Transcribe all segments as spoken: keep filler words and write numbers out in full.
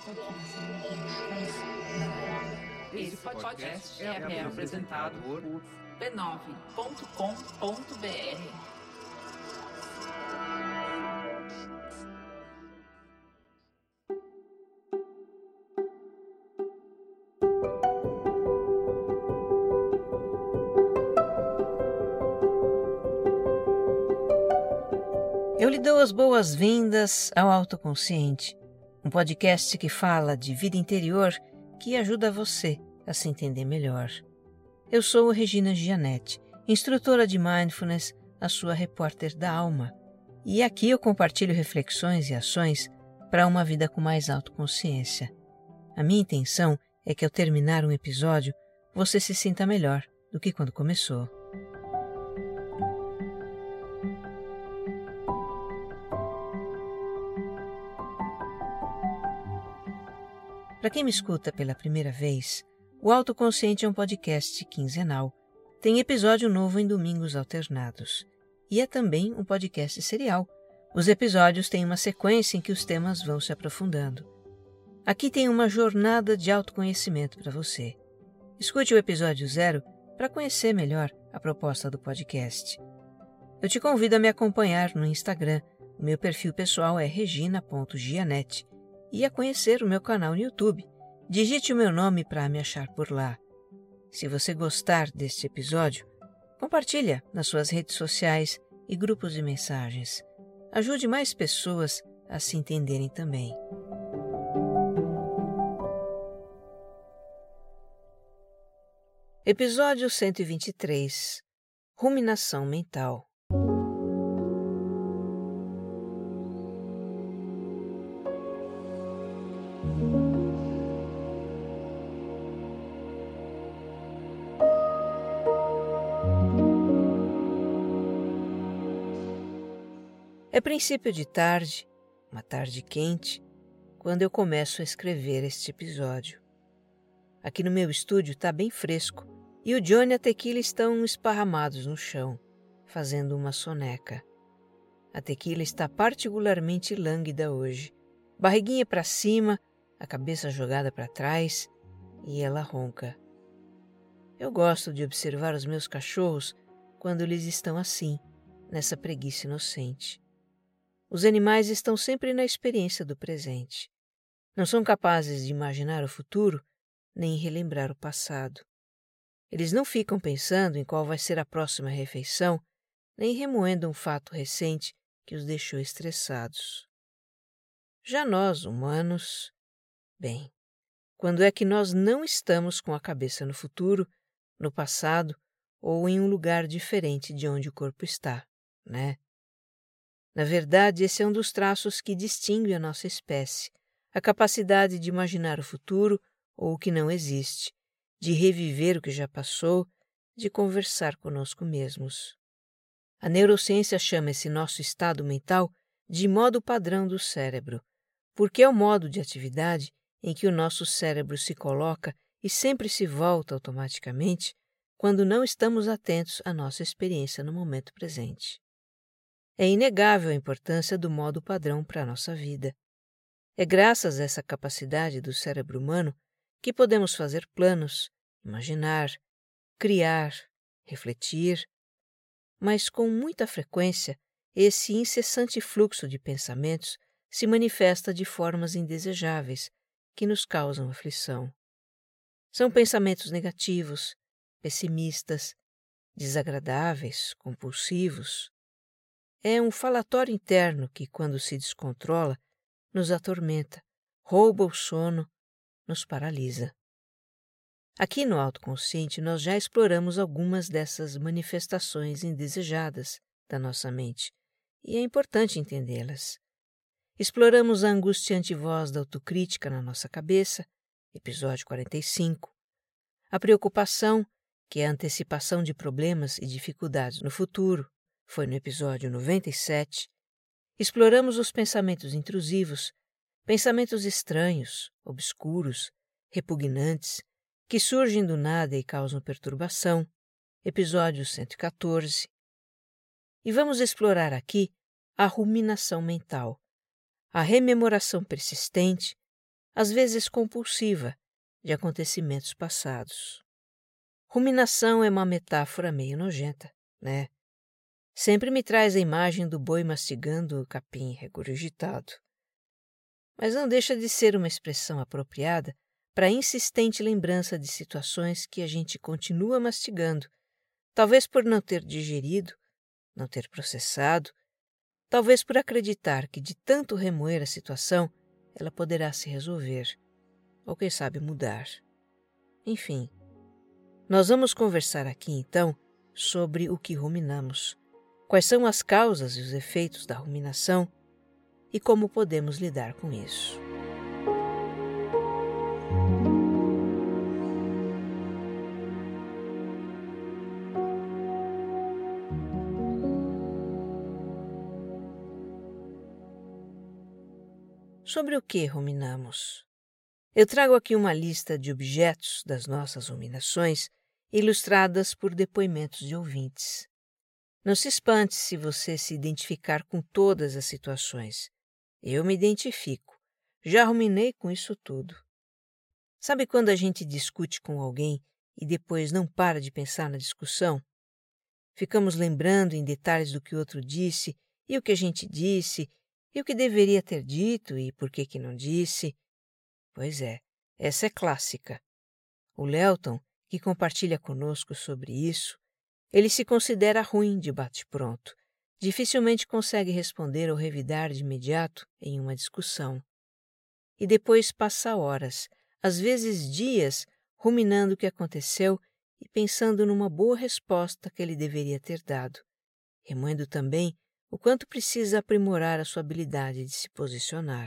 Esse podcast é, é apresentado por b nove ponto com ponto b r. Eu lhe dou as boas-vindas ao Autoconsciente, um podcast que fala de vida interior que ajuda você a se entender melhor. Eu sou Regina Gianetti, instrutora de Mindfulness, a sua repórter da alma, e aqui eu compartilho reflexões e ações para uma vida com mais autoconsciência. A minha intenção é que ao terminar um episódio, você se sinta melhor do que quando começou. Para quem me escuta pela primeira vez, o Autoconsciente é um podcast quinzenal. Tem episódio novo em domingos alternados. E é também um podcast serial. Os episódios têm uma sequência em que os temas vão se aprofundando. Aqui tem uma jornada de autoconhecimento para você. Escute o episódio zero para conhecer melhor a proposta do podcast. Eu te convido a me acompanhar no Instagram. O meu perfil pessoal é regina ponto gianetti. E a conhecer o meu canal no YouTube. Digite o meu nome para me achar por lá. Se você gostar deste episódio, compartilha nas suas redes sociais e grupos de mensagens. Ajude mais pessoas a se entenderem também. Episódio cento e vinte e três. Ruminação mental. É princípio de tarde, uma tarde quente, quando eu começo a escrever este episódio. Aqui no meu estúdio está bem fresco e o Johnny e a Tequila estão esparramados no chão, fazendo uma soneca. A Tequila está particularmente lânguida hoje, barriguinha para cima, a cabeça jogada para trás e ela ronca. Eu gosto de observar os meus cachorros quando eles estão assim, nessa preguiça inocente. Os animais estão sempre na experiência do presente. Não são capazes de imaginar o futuro, nem relembrar o passado. Eles não ficam pensando em qual vai ser a próxima refeição, nem remoendo um fato recente que os deixou estressados. Já nós, humanos, bem, quando é que nós não estamos com a cabeça no futuro, no passado ou em um lugar diferente de onde o corpo está, né? Na verdade, esse é um dos traços que distingue a nossa espécie, a capacidade de imaginar o futuro ou o que não existe, de reviver o que já passou, de conversar conosco mesmos. A neurociência chama esse nosso estado mental de modo padrão do cérebro, porque é o modo de atividade em que o nosso cérebro se coloca e sempre se volta automaticamente quando não estamos atentos à nossa experiência no momento presente. É inegável a importância do modo padrão para a nossa vida. É graças a essa capacidade do cérebro humano que podemos fazer planos, imaginar, criar, refletir, mas com muita frequência esse incessante fluxo de pensamentos se manifesta de formas indesejáveis que nos causam aflição. São pensamentos negativos, pessimistas, desagradáveis, compulsivos. É um falatório interno que, quando se descontrola, nos atormenta, rouba o sono, nos paralisa. Aqui no Autoconsciente nós já exploramos algumas dessas manifestações indesejadas da nossa mente e é importante entendê-las. Exploramos a angustiante voz da autocrítica na nossa cabeça, episódio quarenta e cinco, a preocupação, que é a antecipação de problemas e dificuldades no futuro, foi no episódio noventa e sete. Exploramos os pensamentos intrusivos, pensamentos estranhos, obscuros, repugnantes, que surgem do nada e causam perturbação, episódio cento e quatorze. E vamos explorar aqui a ruminação mental, a rememoração persistente, às vezes compulsiva, de acontecimentos passados. Ruminação é uma metáfora meio nojenta, né? Sempre me traz a imagem do boi mastigando o capim regurgitado. Mas não deixa de ser uma expressão apropriada para a insistente lembrança de situações que a gente continua mastigando, talvez por não ter digerido, não ter processado, talvez por acreditar que de tanto remoer a situação, ela poderá se resolver, ou quem sabe mudar. Enfim, nós vamos conversar aqui então sobre o que ruminamos, quais são as causas e os efeitos da ruminação e como podemos lidar com isso. Sobre o que ruminamos? Eu trago aqui uma lista de objetos das nossas ruminações ilustradas por depoimentos de ouvintes. Não se espante se você se identificar com todas as situações. Eu me identifico. Já ruminei com isso tudo. Sabe quando a gente discute com alguém e depois não para de pensar na discussão? Ficamos lembrando em detalhes do que o outro disse e o que a gente disse e o que deveria ter dito e por que que não disse. Pois é, essa é clássica. O Lelton, que compartilha conosco sobre isso, ele se considera ruim de bate-pronto. Dificilmente consegue responder ou revidar de imediato em uma discussão. E depois passa horas, às vezes dias, ruminando o que aconteceu e pensando numa boa resposta que ele deveria ter dado, remoendo também o quanto precisa aprimorar a sua habilidade de se posicionar.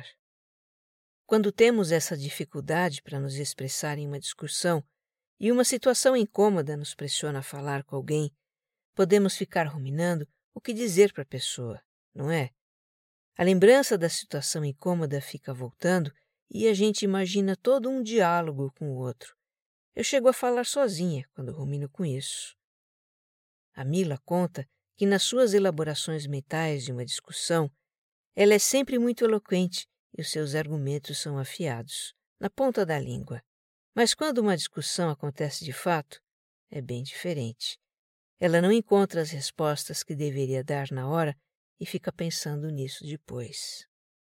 Quando temos essa dificuldade para nos expressar em uma discussão e uma situação incômoda nos pressiona a falar com alguém, podemos ficar ruminando o que dizer para a pessoa, não é? A lembrança da situação incômoda fica voltando e a gente imagina todo um diálogo com o outro. Eu chego a falar sozinha quando rumino com isso. A Mila conta que nas suas elaborações mentais de uma discussão, ela é sempre muito eloquente e os seus argumentos são afiados, na ponta da língua. Mas quando uma discussão acontece de fato, é bem diferente. Ela não encontra as respostas que deveria dar na hora e fica pensando nisso depois.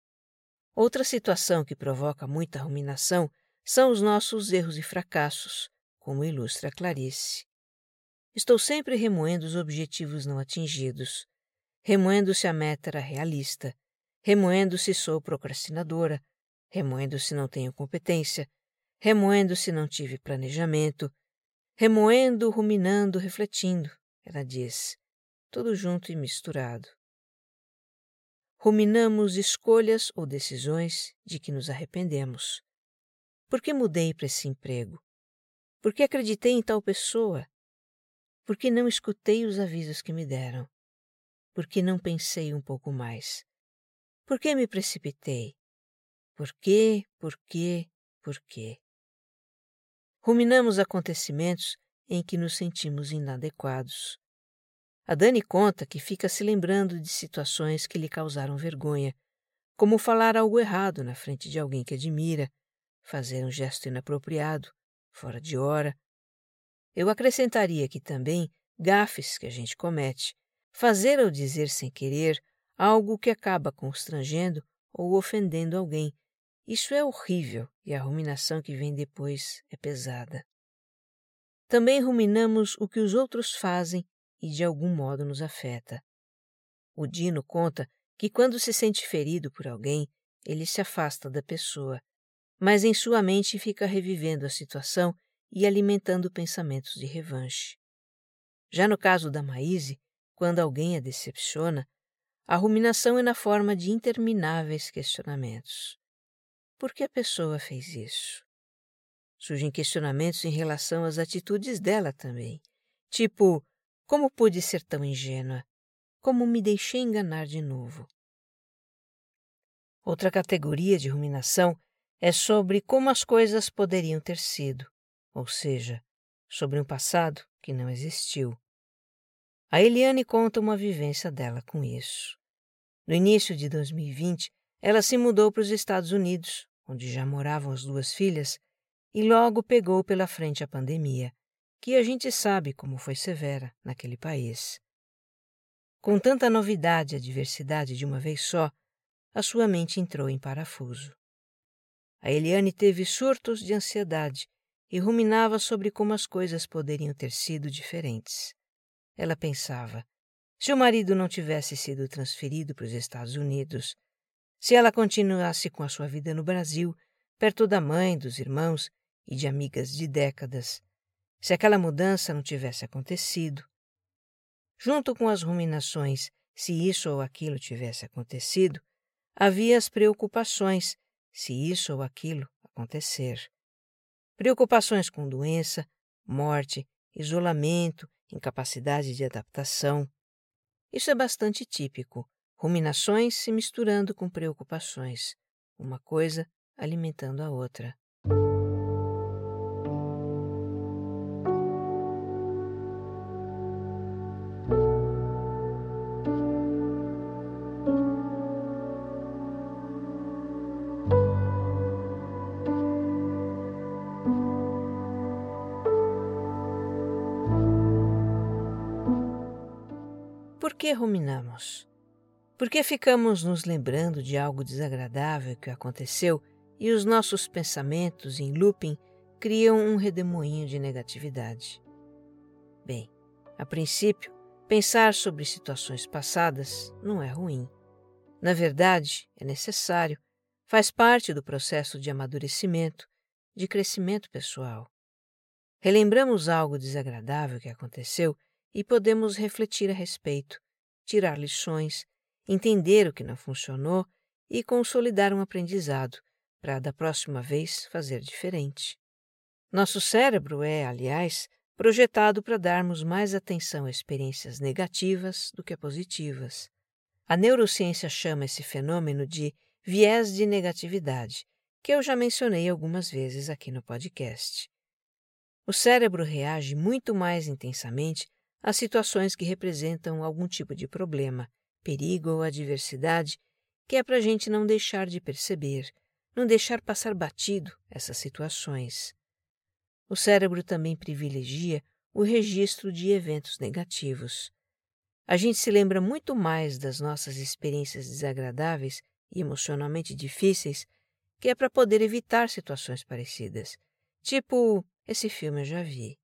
Outra situação que provoca muita ruminação são os nossos erros e fracassos, como ilustra Clarice. Estou sempre remoendo os objetivos não atingidos, remoendo se a meta era realista, remoendo se sou procrastinadora, remoendo se não tenho competência, remoendo se não tive planejamento, remoendo, ruminando, refletindo, ela diz, tudo junto e misturado. Ruminamos escolhas ou decisões de que nos arrependemos. Por que mudei para esse emprego? Por que acreditei em tal pessoa? Por que não escutei os avisos que me deram? Por que não pensei um pouco mais? Por que me precipitei? Por quê, por quê, por quê? Ruminamos acontecimentos em que nos sentimos inadequados. A Dani conta que fica se lembrando de situações que lhe causaram vergonha, como falar algo errado na frente de alguém que admira, fazer um gesto inapropriado, fora de hora. Eu acrescentaria aqui também gafes que a gente comete, fazer ou dizer sem querer algo que acaba constrangendo ou ofendendo alguém. Isso é horrível e a ruminação que vem depois é pesada. Também ruminamos o que os outros fazem e de algum modo nos afeta. O Dino conta que quando se sente ferido por alguém, ele se afasta da pessoa, mas em sua mente fica revivendo a situação e alimentando pensamentos de revanche. Já no caso da Maíse, quando alguém a decepciona, a ruminação é na forma de intermináveis questionamentos. Por que a pessoa fez isso? Surgem questionamentos em relação às atitudes dela também, tipo, como pude ser tão ingênua? Como me deixei enganar de novo? Outra categoria de ruminação é sobre como as coisas poderiam ter sido, ou seja, sobre um passado que não existiu. A Eliane conta uma vivência dela com isso. No início de dois mil e vinte, ela se mudou para os Estados Unidos, onde já moravam as duas filhas, e logo pegou pela frente a pandemia, que a gente sabe como foi severa naquele país. Com tanta novidade e adversidade de uma vez só, a sua mente entrou em parafuso. A Eliane teve surtos de ansiedade e ruminava sobre como as coisas poderiam ter sido diferentes. Ela pensava, se o marido não tivesse sido transferido para os Estados Unidos, se ela continuasse com a sua vida no Brasil, perto da mãe, dos irmãos e de amigas de décadas, se aquela mudança não tivesse acontecido. Junto com as ruminações, se isso ou aquilo tivesse acontecido, havia as preocupações, se isso ou aquilo acontecer. Preocupações com doença, morte, isolamento, incapacidade de adaptação. Isso é bastante típico, ruminações se misturando com preocupações, uma coisa alimentando a outra. Por que ruminamos? Por que ficamos nos lembrando de algo desagradável que aconteceu e os nossos pensamentos em looping criam um redemoinho de negatividade? Bem, a princípio, pensar sobre situações passadas não é ruim. Na verdade, é necessário, faz parte do processo de amadurecimento, de crescimento pessoal. Relembramos algo desagradável que aconteceu e podemos refletir a respeito, tirar lições, entender o que não funcionou e consolidar um aprendizado para, da próxima vez, fazer diferente. Nosso cérebro é, aliás, projetado para darmos mais atenção a experiências negativas do que a positivas. A neurociência chama esse fenômeno de viés de negatividade, que eu já mencionei algumas vezes aqui no podcast. O cérebro reage muito mais intensamente às situações que representam algum tipo de problema, perigo ou adversidade, que é para a gente não deixar de perceber, não deixar passar batido essas situações. O cérebro também privilegia o registro de eventos negativos. A gente se lembra muito mais das nossas experiências desagradáveis e emocionalmente difíceis, que é para poder evitar situações parecidas, tipo, esse filme eu já vi.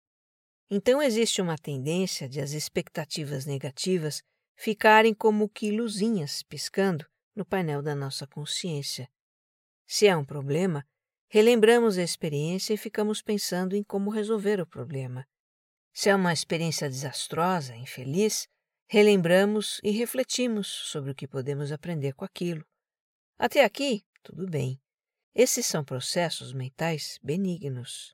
Então existe uma tendência de as expectativas negativas ficarem como que luzinhas piscando no painel da nossa consciência. Se é um problema, relembramos a experiência e ficamos pensando em como resolver o problema. Se é uma experiência desastrosa, infeliz, relembramos e refletimos sobre o que podemos aprender com aquilo. Até aqui, tudo bem. Esses são processos mentais benignos.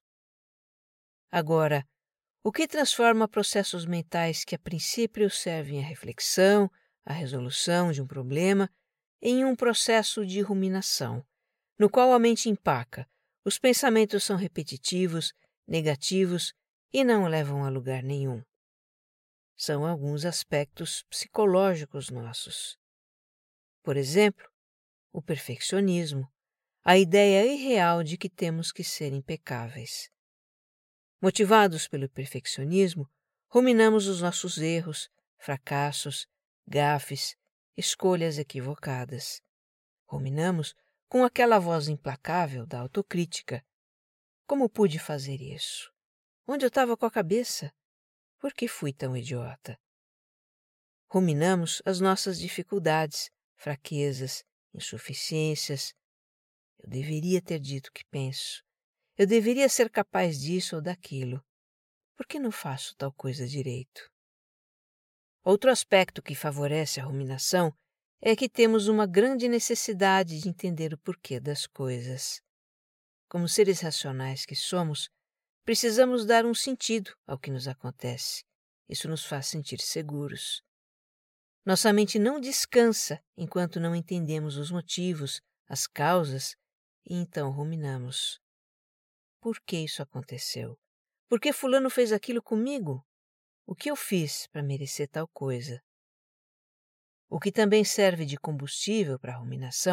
Agora, o que transforma processos mentais que a princípio servem à reflexão, à resolução de um problema, em um processo de ruminação, no qual a mente empaca, os pensamentos são repetitivos, negativos e não levam a lugar nenhum. São alguns aspectos psicológicos nossos. Por exemplo, o perfeccionismo, a ideia irreal de que temos que ser impecáveis. Motivados pelo perfeccionismo, ruminamos os nossos erros, fracassos, gafes, escolhas equivocadas. Ruminamos com aquela voz implacável da autocrítica. Como pude fazer isso? Onde eu estava com a cabeça? Por que fui tão idiota? Ruminamos as nossas dificuldades, fraquezas, insuficiências. Eu deveria ter dito o que penso. Eu deveria ser capaz disso ou daquilo. Por que não faço tal coisa direito? Outro aspecto que favorece a ruminação é que temos uma grande necessidade de entender o porquê das coisas. Como seres racionais que somos, precisamos dar um sentido ao que nos acontece. Isso nos faz sentir seguros. Nossa mente não descansa enquanto não entendemos os motivos, as causas, e então ruminamos. Por que isso aconteceu? Por que fulano fez aquilo comigo? O que eu fiz para merecer tal coisa? O que também serve de combustível para a ruminação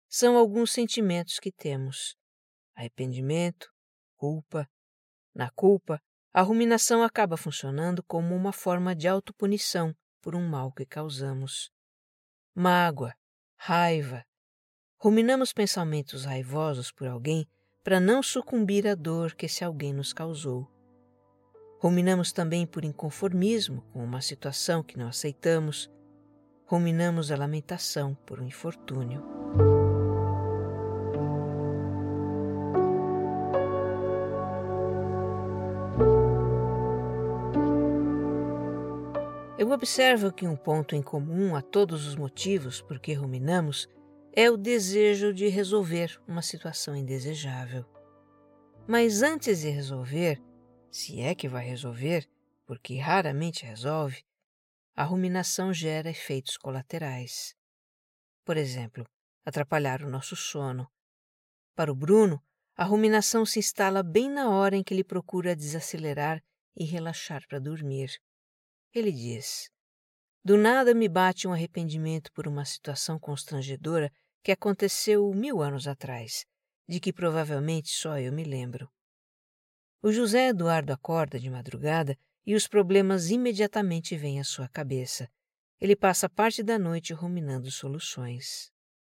são alguns sentimentos que temos: arrependimento, culpa. Na culpa, a ruminação acaba funcionando como uma forma de autopunição por um mal que causamos. Mágoa, raiva. Ruminamos pensamentos raivosos por alguém para não sucumbir à dor que esse alguém nos causou. Ruminamos também por inconformismo com uma situação que não aceitamos. Ruminamos a lamentação por um infortúnio. Eu observo que um ponto em comum a todos os motivos por que ruminamos é o desejo de resolver uma situação indesejável. Mas antes de resolver, se é que vai resolver, porque raramente resolve, a ruminação gera efeitos colaterais. Por exemplo, atrapalhar o nosso sono. Para o Bruno, a ruminação se instala bem na hora em que ele procura desacelerar e relaxar para dormir. Ele diz: "Do nada me bate um arrependimento por uma situação constrangedora que aconteceu mil anos atrás, de que provavelmente só eu me lembro." O José Eduardo acorda de madrugada e os problemas imediatamente vêm à sua cabeça. Ele passa parte da noite ruminando soluções.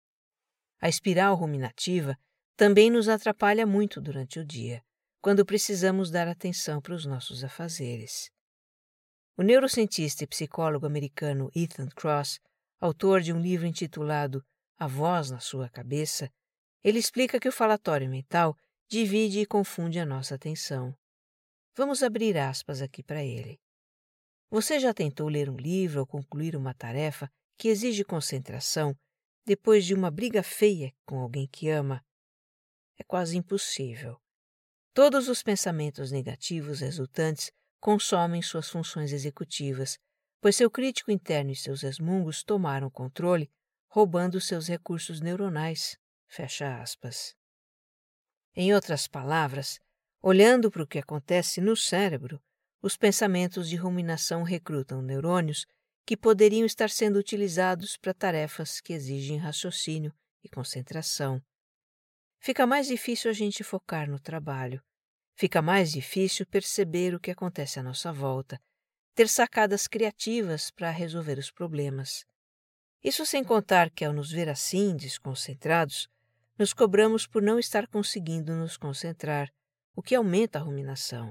A espiral ruminativa também nos atrapalha muito durante o dia, quando precisamos dar atenção para os nossos afazeres. O neurocientista e psicólogo americano Ethan Kross, autor de um livro intitulado A Voz na Sua Cabeça, ele explica que o falatório mental divide e confunde a nossa atenção. Vamos abrir aspas aqui para ele. Você já tentou ler um livro ou concluir uma tarefa que exige concentração depois de uma briga feia com alguém que ama? É quase impossível. Todos os pensamentos negativos resultantes consomem suas funções executivas, pois seu crítico interno e seus resmungos tomaram controle, roubando seus recursos neuronais. Fecha aspas. Em outras palavras, olhando para o que acontece no cérebro, os pensamentos de ruminação recrutam neurônios que poderiam estar sendo utilizados para tarefas que exigem raciocínio e concentração. Fica mais difícil a gente focar no trabalho. Fica mais difícil perceber o que acontece à nossa volta, ter sacadas criativas para resolver os problemas. Isso sem contar que, ao nos ver assim, desconcentrados, nos cobramos por não estar conseguindo nos concentrar, o que aumenta a ruminação.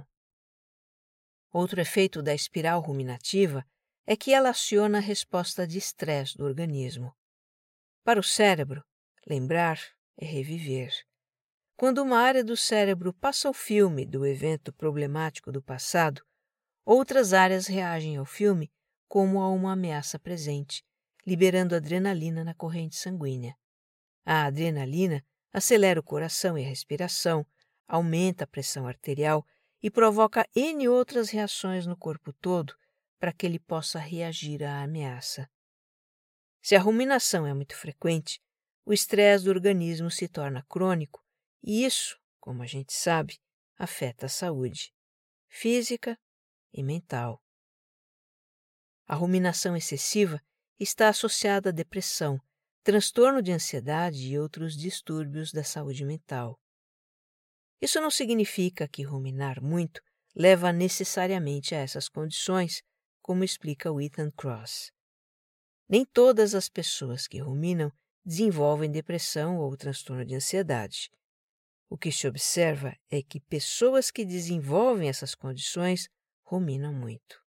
Outro efeito da espiral ruminativa é que ela aciona a resposta de estresse do organismo. Para o cérebro, lembrar é reviver. Quando uma área do cérebro passa o filme do evento problemático do passado, outras áreas reagem ao filme como a uma ameaça presente, liberando adrenalina na corrente sanguínea. A adrenalina acelera o coração e a respiração, aumenta a pressão arterial e provoca N outras reações no corpo todo para que ele possa reagir à ameaça. Se a ruminação é muito frequente, o estresse do organismo se torna crônico e isso, como a gente sabe, afeta a saúde física e mental. A ruminação excessiva está associada à depressão, transtorno de ansiedade e outros distúrbios da saúde mental. Isso não significa que ruminar muito leva necessariamente a essas condições, como explica o Ethan Kross. Nem todas as pessoas que ruminam desenvolvem depressão ou transtorno de ansiedade. O que se observa é que pessoas que desenvolvem essas condições ruminam muito.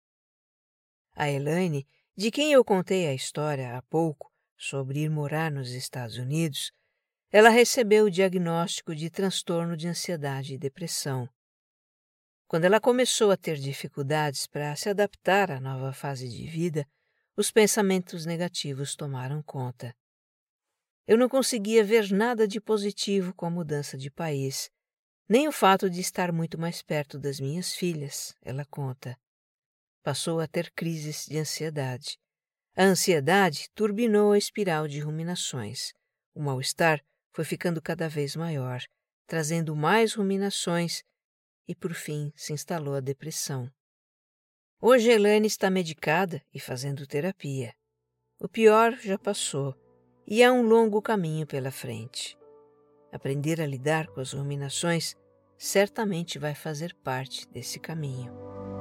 A Elaine, de quem eu contei a história há pouco sobre ir morar nos Estados Unidos, ela recebeu o diagnóstico de transtorno de ansiedade e depressão. Quando ela começou a ter dificuldades para se adaptar à nova fase de vida, os pensamentos negativos tomaram conta. Eu não conseguia ver nada de positivo com a mudança de país, nem o fato de estar muito mais perto das minhas filhas, ela conta. Passou a ter crises de ansiedade. A ansiedade turbinou a espiral de ruminações. O mal-estar foi ficando cada vez maior, trazendo mais ruminações e, por fim, se instalou a depressão. Hoje, Elaine está medicada e fazendo terapia. O pior já passou e há um longo caminho pela frente. Aprender a lidar com as ruminações certamente vai fazer parte desse caminho.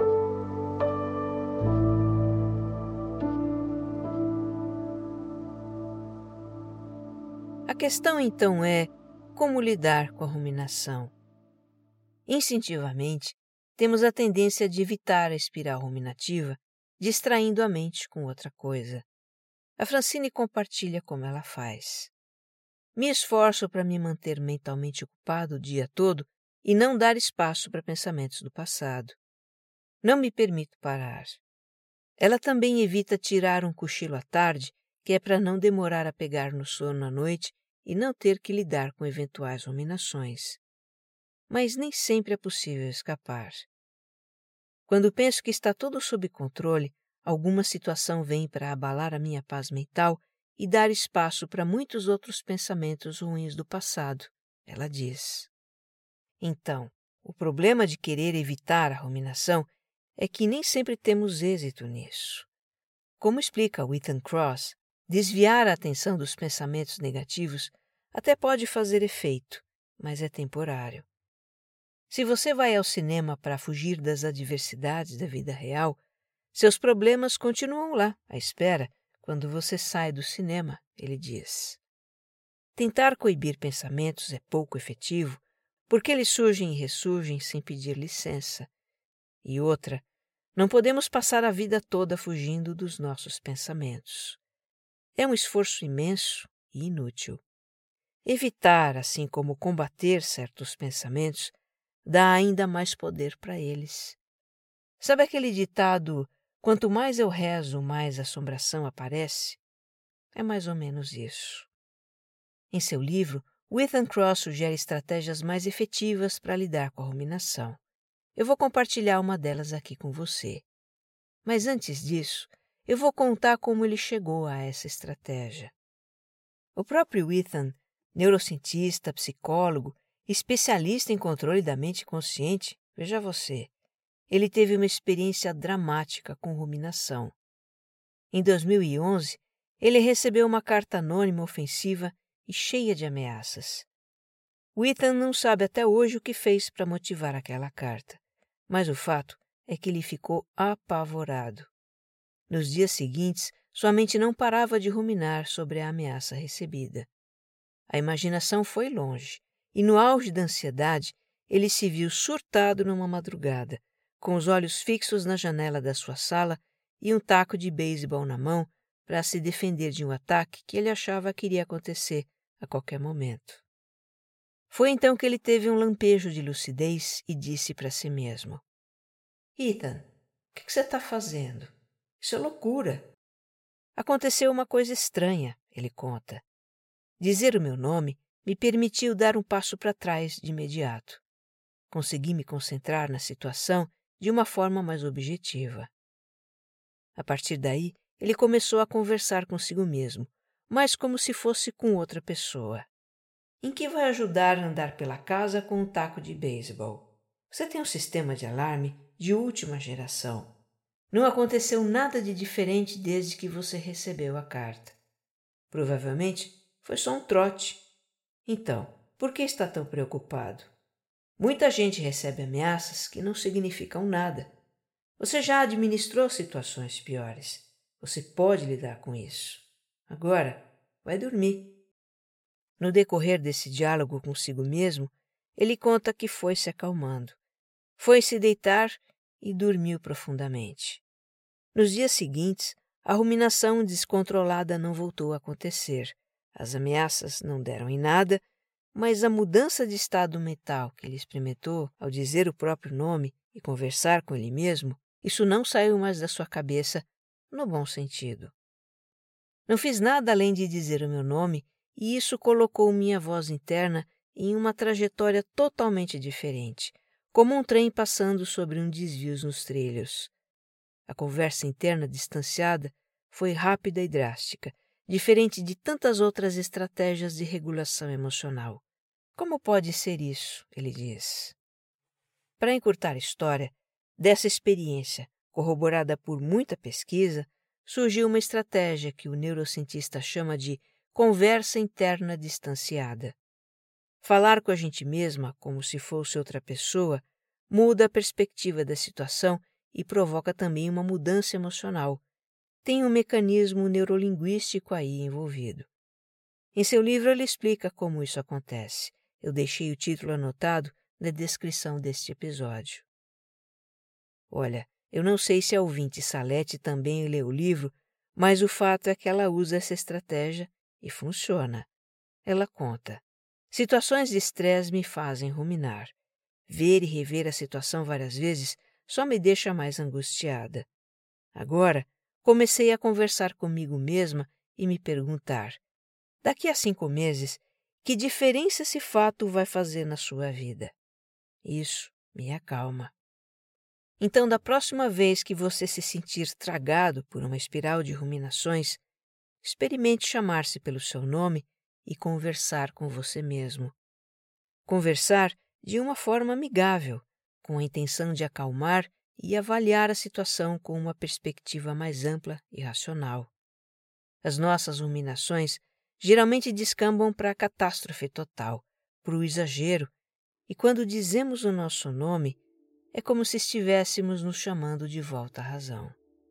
A questão então é como lidar com a ruminação. Instintivamente, temos a tendência de evitar a espiral ruminativa, distraindo a mente com outra coisa. A Francine compartilha como ela faz. Me esforço para me manter mentalmente ocupado o dia todo e não dar espaço para pensamentos do passado. Não me permito parar. Ela também evita tirar um cochilo à tarde, que é para não demorar a pegar no sono à noite e não ter que lidar com eventuais ruminações. Mas nem sempre é possível escapar. Quando penso que está tudo sob controle, alguma situação vem para abalar a minha paz mental e dar espaço para muitos outros pensamentos ruins do passado, ela diz. Então, o problema de querer evitar a ruminação é que nem sempre temos êxito nisso. Como explica Ethan Kross, desviar a atenção dos pensamentos negativos até pode fazer efeito, mas é temporário. Se você vai ao cinema para fugir das adversidades da vida real, seus problemas continuam lá, à espera, quando você sai do cinema, ele diz. Tentar coibir pensamentos é pouco efetivo, porque eles surgem e ressurgem sem pedir licença. E outra, não podemos passar a vida toda fugindo dos nossos pensamentos. É um esforço imenso e inútil. Evitar, assim como combater certos pensamentos, dá ainda mais poder para eles. Sabe aquele ditado, quanto mais eu rezo, mais assombração aparece? É mais ou menos isso. Em seu livro, Ethan Kross sugere estratégias mais efetivas para lidar com a ruminação. Eu vou compartilhar uma delas aqui com você. Mas antes disso, eu vou contar como ele chegou a essa estratégia. O próprio Ethan, neurocientista, psicólogo, especialista em controle da mente consciente, veja você, ele teve uma experiência dramática com ruminação. Em dois mil e onze, ele recebeu uma carta anônima ofensiva e cheia de ameaças. O Ethan não sabe até hoje o que fez para motivar aquela carta, mas o fato é que ele ficou apavorado. Nos dias seguintes, sua mente não parava de ruminar sobre a ameaça recebida. A imaginação foi longe, e no auge da ansiedade, ele se viu surtado numa madrugada, com os olhos fixos na janela da sua sala e um taco de beisebol na mão para se defender de um ataque que ele achava que iria acontecer a qualquer momento. Foi então que ele teve um lampejo de lucidez e disse para si mesmo: Ethan, o que você está fazendo? Isso é loucura. Aconteceu uma coisa estranha, ele conta. Dizer o meu nome me permitiu dar um passo para trás de imediato. Consegui me concentrar na situação de uma forma mais objetiva. A partir daí, ele começou a conversar consigo mesmo, mas como se fosse com outra pessoa. Em que vai ajudar a andar pela casa com um taco de beisebol? Você tem um sistema de alarme de última geração. Não aconteceu nada de diferente desde que você recebeu a carta. Provavelmente foi só um trote. Então, por que está tão preocupado? Muita gente recebe ameaças que não significam nada. Você já administrou situações piores. Você pode lidar com isso. Agora, vai dormir. No decorrer desse diálogo consigo mesmo, ele conta que foi se acalmando. Foi se deitar e dormiu profundamente. Nos dias seguintes, a ruminação descontrolada não voltou a acontecer. As ameaças não deram em nada, mas a mudança de estado mental que ele experimentou ao dizer o próprio nome e conversar com ele mesmo, isso não saiu mais da sua cabeça no bom sentido. Não fiz nada além de dizer o meu nome e isso colocou minha voz interna em uma trajetória totalmente diferente, como um trem passando sobre um desvio nos trilhos. A conversa interna distanciada foi rápida e drástica, diferente de tantas outras estratégias de regulação emocional. Como pode ser isso? Ele diz. Para encurtar a história, dessa experiência, corroborada por muita pesquisa, surgiu uma estratégia que o neurocientista chama de conversa interna distanciada. Falar com a gente mesma como se fosse outra pessoa muda a perspectiva da situação e provoca também uma mudança emocional. Tem um mecanismo neurolinguístico aí envolvido. Em seu livro ele explica como isso acontece. Eu deixei o título anotado na descrição deste episódio. Olha, eu não sei se a ouvinte Salete também leu o livro, mas o fato é que ela usa essa estratégia e funciona. Ela conta: situações de estresse me fazem ruminar. Ver e rever a situação várias vezes só me deixa mais angustiada. Agora, comecei a conversar comigo mesma e me perguntar: daqui a cinco meses, que diferença esse fato vai fazer na sua vida? Isso me acalma. Então, da próxima vez que você se sentir tragado por uma espiral de ruminações, experimente chamar-se pelo seu nome e conversar com você mesmo. Conversar de uma forma amigável, com a intenção de acalmar e avaliar a situação com uma perspectiva mais ampla e racional. As nossas ruminações geralmente descambam para a catástrofe total, para o exagero, e quando dizemos o nosso nome, é como se estivéssemos nos chamando de volta à razão.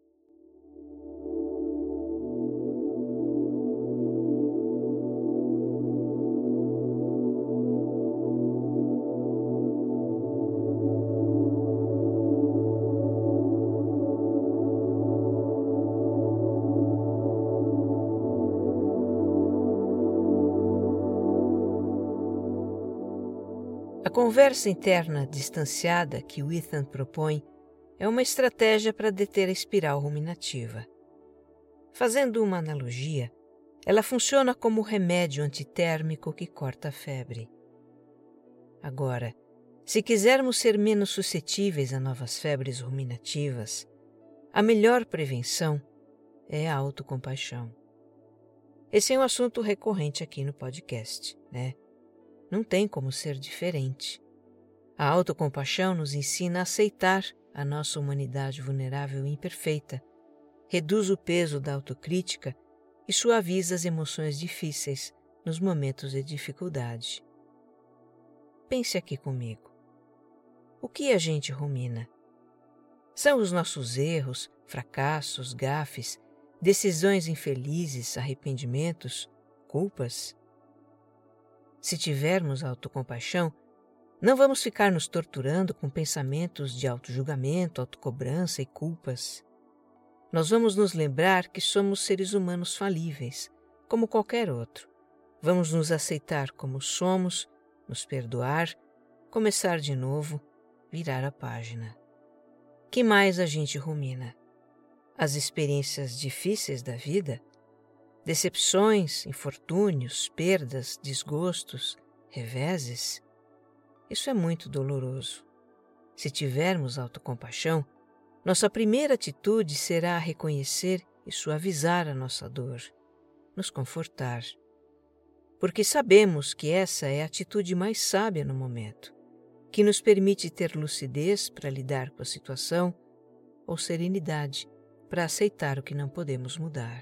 A conversa interna distanciada que o Ethan propõe é uma estratégia para deter a espiral ruminativa. Fazendo uma analogia, ela funciona como remédio antitérmico que corta a febre. Agora, se quisermos ser menos suscetíveis a novas febres ruminativas, a melhor prevenção é a autocompaixão. Esse é um assunto recorrente aqui no podcast, né? Não tem como ser diferente. A autocompaixão nos ensina a aceitar a nossa humanidade vulnerável e imperfeita, reduz o peso da autocrítica e suaviza as emoções difíceis nos momentos de dificuldade. Pense aqui comigo. O que a gente rumina? São os nossos erros, fracassos, gafes, decisões infelizes, arrependimentos, culpas? Se tivermos autocompaixão, não vamos ficar nos torturando com pensamentos de autojulgamento, autocobrança e culpas. Nós vamos nos lembrar que somos seres humanos falíveis, como qualquer outro. Vamos nos aceitar como somos, nos perdoar, começar de novo, virar a página. Que mais a gente rumina? As experiências difíceis da vida? Decepções, infortúnios, perdas, desgostos, reveses? Isso é muito doloroso. Se tivermos autocompaixão, nossa primeira atitude será reconhecer e suavizar a nossa dor, nos confortar. Porque sabemos que essa é a atitude mais sábia no momento, que nos permite ter lucidez para lidar com a situação ou serenidade para aceitar o que não podemos mudar.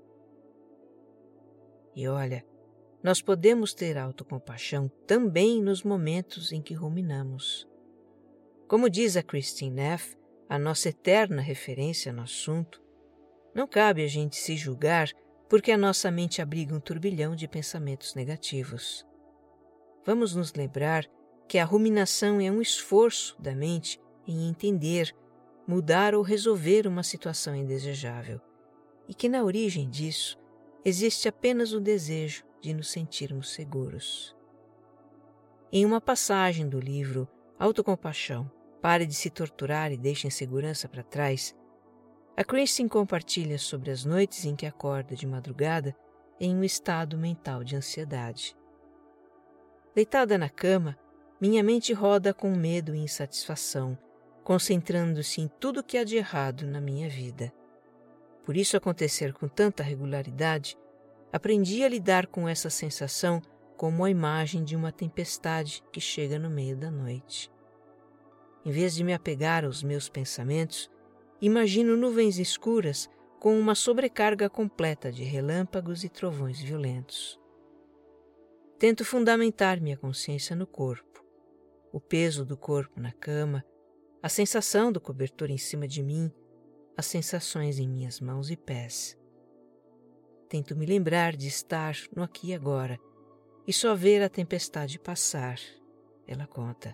E olha, nós podemos ter autocompaixão também nos momentos em que ruminamos. Como diz a Christine Neff, a nossa eterna referência no assunto, não cabe a gente se julgar porque a nossa mente abriga um turbilhão de pensamentos negativos. Vamos nos lembrar que a ruminação é um esforço da mente em entender, mudar ou resolver uma situação indesejável, e que na origem disso existe apenas o desejo de nos sentirmos seguros. Em uma passagem do livro Autocompaixão, Pare de se torturar e deixe a insegurança para trás, a Christine compartilha sobre as noites em que acorda de madrugada em um estado mental de ansiedade. Deitada na cama, minha mente roda com medo e insatisfação, concentrando-se em tudo que há de errado na minha vida. Por isso acontecer com tanta regularidade, aprendi a lidar com essa sensação como a imagem de uma tempestade que chega no meio da noite. Em vez de me apegar aos meus pensamentos, imagino nuvens escuras com uma sobrecarga completa de relâmpagos e trovões violentos. Tento fundamentar minha consciência no corpo, o peso do corpo na cama, a sensação do cobertor em cima de mim, as sensações em minhas mãos e pés. Tento me lembrar de estar no aqui e agora e só ver a tempestade passar, ela conta.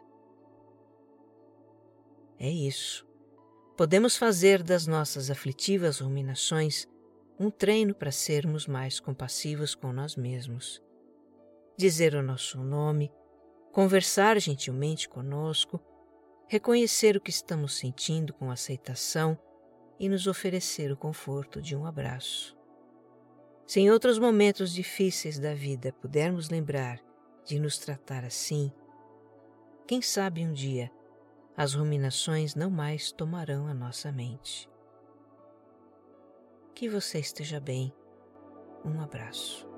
É isso. Podemos fazer das nossas aflitivas ruminações um treino para sermos mais compassivos com nós mesmos. Dizer o nosso nome, conversar gentilmente conosco, reconhecer o que estamos sentindo com aceitação e nos oferecer o conforto de um abraço. Se em outros momentos difíceis da vida pudermos lembrar de nos tratar assim, quem sabe um dia as ruminações não mais tomarão a nossa mente. Que você esteja bem. Um abraço.